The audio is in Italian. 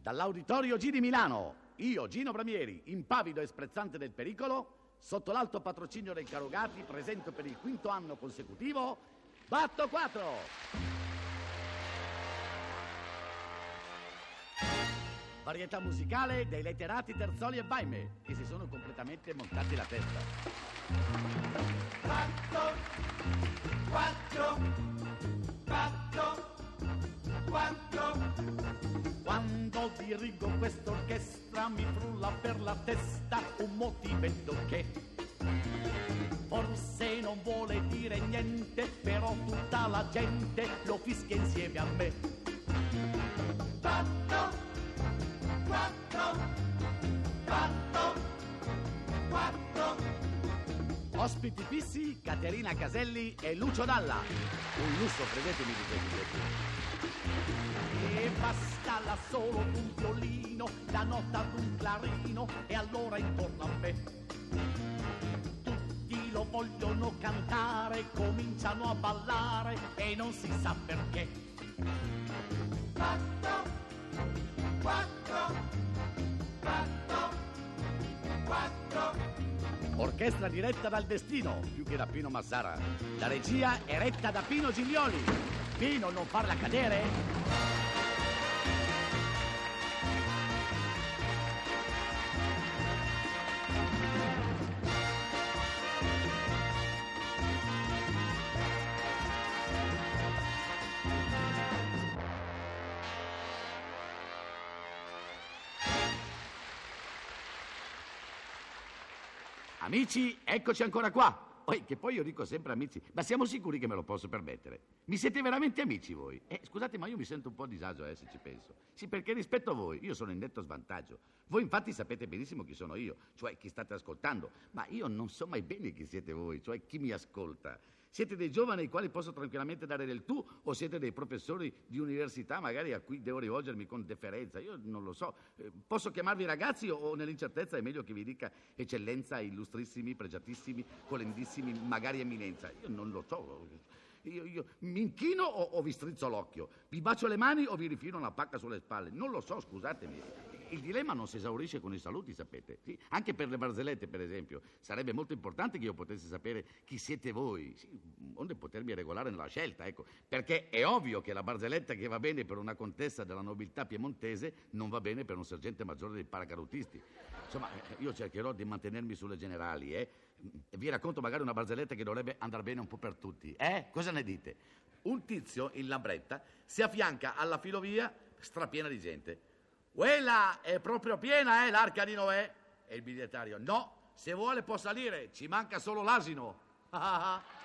Dall'Auditorio G di Milano, io, Gino Bramieri, impavido e sprezzante del pericolo, sotto l'alto patrocinio dei Carugati, presento per il 5º anno consecutivo Batto 4. Varietà musicale dei letterati Terzoli e Baime, che si sono completamente montati la testa. Batto 4, batto 4. Quando dirigo quest'orchestra mi frulla per la testa un motivetto che forse non vuole dire niente, però tutta la gente lo fischia insieme a me. Batto 4, batto 4. Ospiti fissi, Caterina Caselli e Lucio Dalla. Un lusso, credetemi, di questi due. E basta là solo un violino, la nota d'un clarino, e allora intorno a me tutti lo vogliono cantare, cominciano a ballare e non si sa perché. Batto 4, batto 4. Orchestra diretta dal Destino, più che da Pino Massara. La regia è retta da Pino Giglioli. Pino, non farla cadere? Amici, eccoci ancora qua. Che poi io dico sempre amici, ma siamo sicuri che me lo posso permettere? Mi siete veramente amici voi? Scusate, ma io mi sento un po' a disagio, se ci penso. Sì, perché rispetto a voi, io sono in netto svantaggio. Voi infatti sapete benissimo chi sono io, cioè chi state ascoltando, ma io non so mai bene chi siete voi, cioè chi mi ascolta. Siete dei giovani ai quali posso tranquillamente dare del tu, o siete dei professori di università magari a cui devo rivolgermi con deferenza? Io non lo so. Posso chiamarvi ragazzi o nell'incertezza è meglio che vi dica eccellenza, illustrissimi, pregiatissimi, colendissimi, magari eminenza? Io non lo so. Io mi inchino o vi strizzo l'occhio? Vi bacio le mani o vi rifilo una pacca sulle spalle? Non lo so, scusatemi. Il dilemma non si esaurisce con i saluti, sapete. Sì, anche per le barzellette, per esempio. Sarebbe molto importante che io potessi sapere chi siete voi, sì, onde potermi regolare nella scelta, ecco. Perché è ovvio che la barzelletta che va bene per una contessa della nobiltà piemontese non va bene per un sergente maggiore dei paracarutisti. Insomma, io cercherò di mantenermi sulle generali, Vi racconto magari una barzelletta che dovrebbe andare bene un po' per tutti, Cosa ne dite? Un tizio in lambretta si affianca alla filovia strapiena di gente. Quella è proprio piena, l'arca di Noè? E il bigliettario: no, se vuole può salire, ci manca solo l'asino.